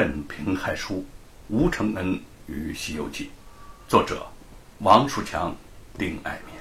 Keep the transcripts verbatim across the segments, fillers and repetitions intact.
镇平海书吴承恩与西游记，作者王树强、丁爱民。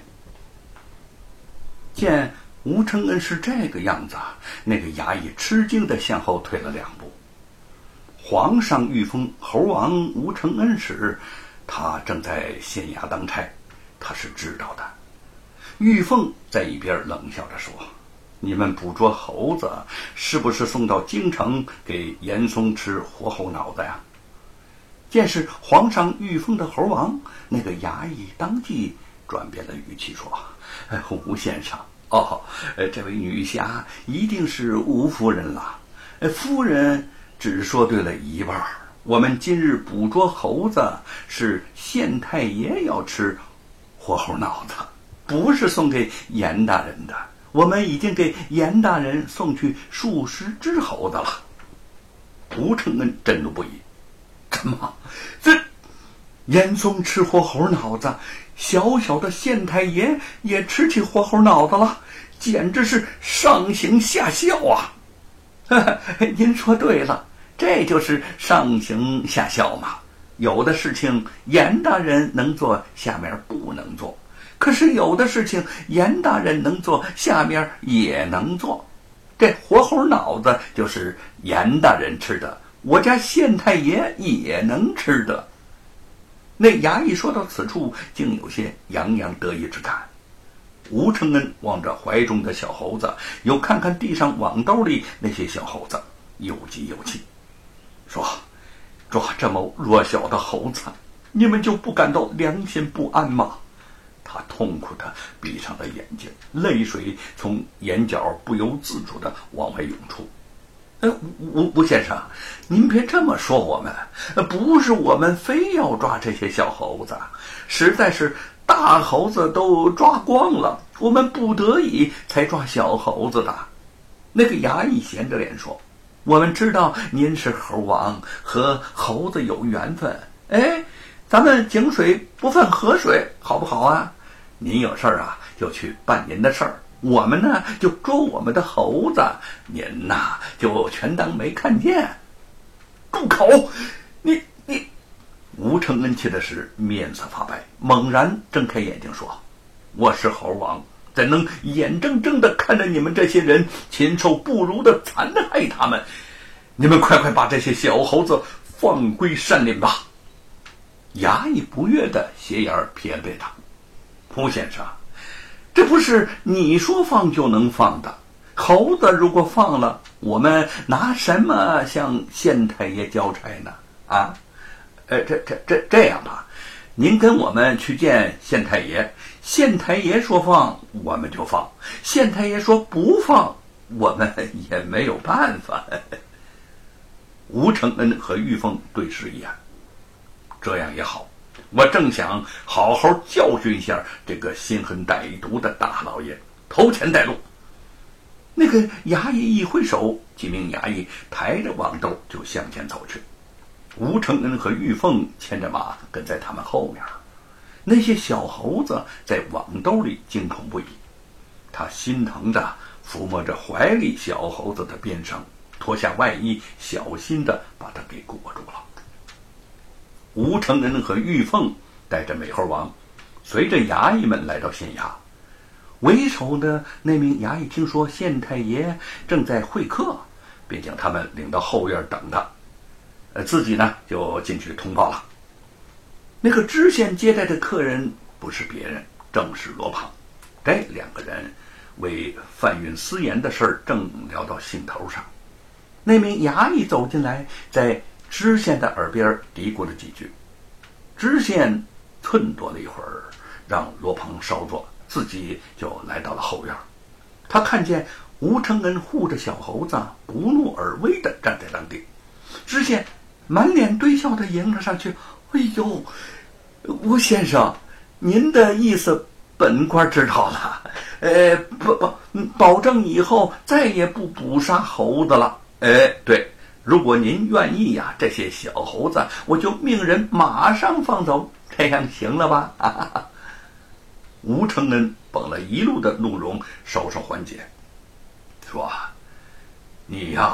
见吴承恩是这个样子，那个衙役吃惊地向后退了两步。皇上御封猴王吴承恩时，他正在县衙当差，他是知道的。玉凤在一边冷笑着说：“你们捕捉猴子，是不是送到京城给严嵩吃活猴脑子呀？”见是皇上御封的猴王，那个衙役当即转变了语气说：“哎，吴先生，哦，这位女侠一定是吴夫人了。夫人只说对了一半。我们今日捕捉猴子，是县太爷要吃活猴脑子，不是送给严大人的。我们已经给严大人送去数十只猴子了。”吴承恩震怒不已：“怎么，这严嵩吃活猴脑子，小小的县太爷也吃起活猴脑子了，简直是上行下效啊！”您说对了，这就是上行下效嘛。有的事情严大人能做，下面不能做。可是有的事情严大人能做，下面也能做。这活猴脑子就是严大人吃的，我家县太爷也能吃的。那衙役说到此处，竟有些洋洋得意之感。吴承恩望着怀中的小猴子，又看看地上网兜里那些小猴子，又急又气，说：“抓这么弱小的猴子，你们就不感到良心不安吗？”他痛苦地闭上了眼睛，泪水从眼角不由自主地往外涌出。哎，吴吴先生，您别这么说我们，不是我们非要抓这些小猴子，实在是大猴子都抓光了，我们不得已才抓小猴子的。那个衙役闲着脸说：“我们知道您是猴王，和猴子有缘分。哎，咱们井水不犯河水，好不好啊？您有事儿啊，就去办您的事儿，我们呢就捉我们的猴子，您呐就全当没看见。”住口！你你！吴承恩气的是面色发白，猛然睁开眼睛说：“我是猴王，怎能眼睁睁地看着你们这些人禽兽不如地残害他们？你们快快把这些小猴子放归山林吧！”衙役不悦地斜眼瞥了他：“吴先生，这不是你说放就能放的。猴子如果放了，我们拿什么向县太爷交差呢？啊，呃，这这这这样吧，您跟我们去见县太爷，县太爷说放我们就放，县太爷说不放，我们也没有办法。”吴承恩和玉凤对视一眼：“这样也好，我正想好好教训一下这个心狠歹毒的大老爷，头前带路。”那个衙役一挥手，几名衙役抬着网兜就向前走去。吴承恩和玉凤牵着马跟在他们后面。那些小猴子在网兜里惊恐不已，他心疼地抚摸着怀里小猴子的鞭绳，脱下外衣，小心地把它给裹住了。吴承恩和玉凤带着美猴王，随着衙役们来到县衙。为首的那名衙役听说县太爷正在会客，便将他们领到后院等他，呃，自己呢就进去通报了。那个知县接待的客人不是别人，正是罗庞。这两个人为贩运私盐的事儿正聊到兴头上，那名衙役走进来，在知县的耳边嘀咕了几句。知县忖度了一会儿，让罗庞稍坐，自己就来到了后院。他看见吴承恩护着小猴子，不怒而威地站在当地。知县满脸堆笑地迎了上去：“哎呦，吴先生，您的意思本官知道了，呃，不不，保证以后再也不捕杀猴子了。哎，对，如果您愿意呀、啊，这些小猴子我就命人马上放走，这样行了吧？”哈哈哈。吴承恩绷了一路的怒容稍稍缓解，说：“你呀，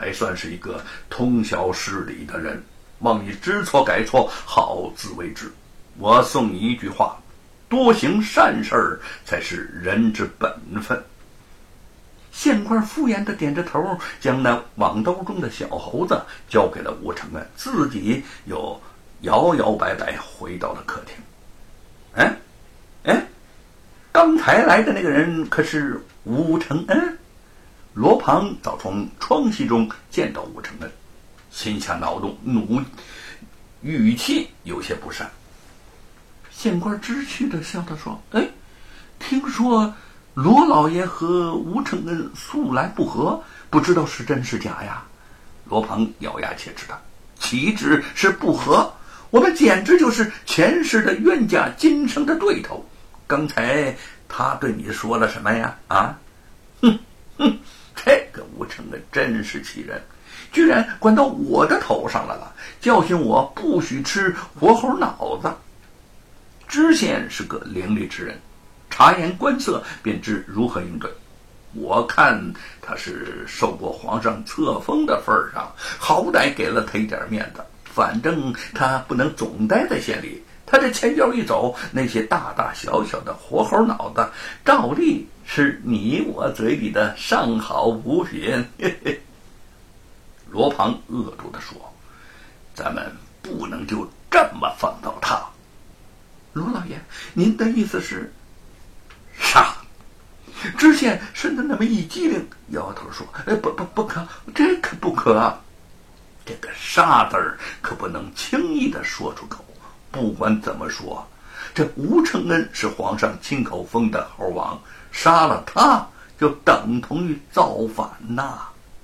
还算是一个通晓事理的人，望你知错改错，好自为之。我送你一句话，多行善事才是人之本分。县官敷衍地点着头，将那网兜中的小猴子交给了吴承恩，自己又摇摇摆摆回到了客厅。哎哎，刚才来的那个人可是吴承恩？罗庞早从窗隙中见到吴承恩，心下恼怒，怒语气有些不善。县官知趣地笑着说：“哎，听说罗老爷和吴承恩素来不和，不知道是真是假呀？”罗庞咬牙切齿道：“岂止是不和，我们简直就是前世的冤家，今生的对头。刚才他对你说了什么呀？啊？哼哼，这个吴承恩真是气人，居然管到我的头上来了，教训我不许吃活猴脑子。”知县是个伶俐之人，察言观色便知如何应对。我看他是受过皇上册封的份上，好歹给了他一点面子，反正他不能总待在县里。他这前脚一走，那些大大小小的活猴脑子照例是你我嘴里的上好补品。嘿嘿。罗庞恶毒地说：“咱们不能就这么放到他。”罗老爷，您的意思是？杀！知县身子那么一激灵，摇头说：“哎，不不不可，这可不可啊！这个杀字儿可不能轻易的说出口。不管怎么说，这吴承恩是皇上亲口封的猴王，杀了他就等同于造反呐！”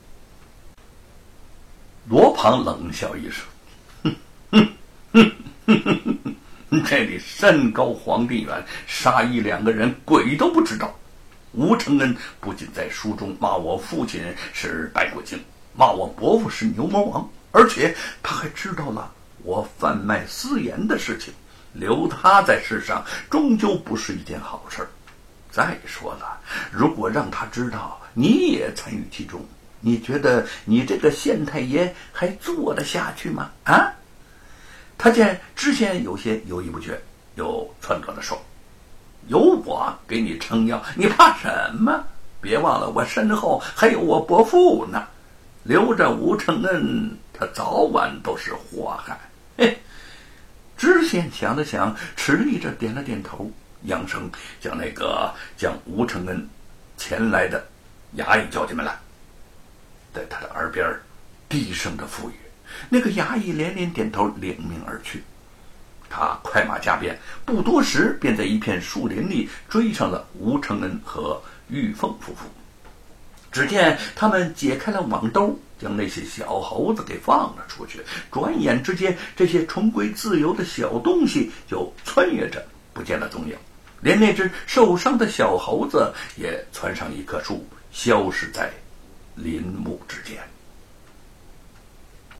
罗庞冷笑一声：“哼哼哼哼哼哼。这里山高皇帝远，杀一两个人鬼都不知道。吴承恩不仅在书中骂我父亲是白骨精，骂我伯父是牛魔王，而且他还知道了我贩卖私盐的事情，留他在世上终究不是一件好事。再说了，如果让他知道你也参与其中，你觉得你这个县太爷还做得下去吗？啊？”他见知县有些犹豫不决，又撺掇地说：“有我给你撑腰，你怕什么？别忘了我身后还有我伯父呢，留着吴承恩，他早晚都是祸害。”嘿，知县想了想，迟疑着点了点头，扬声将那个将吴承恩前来的衙役叫进门来，在他的耳边低声的赋予。那个衙役连连点头，领命而去。他快马加鞭，不多时便在一片树林里追上了吴承恩和玉凤夫妇。只见他们解开了网兜，将那些小猴子给放了出去。转眼之间，这些重归自由的小东西就穿越着不见了踪影，连那只受伤的小猴子也窜上一棵树，消失在林木之间。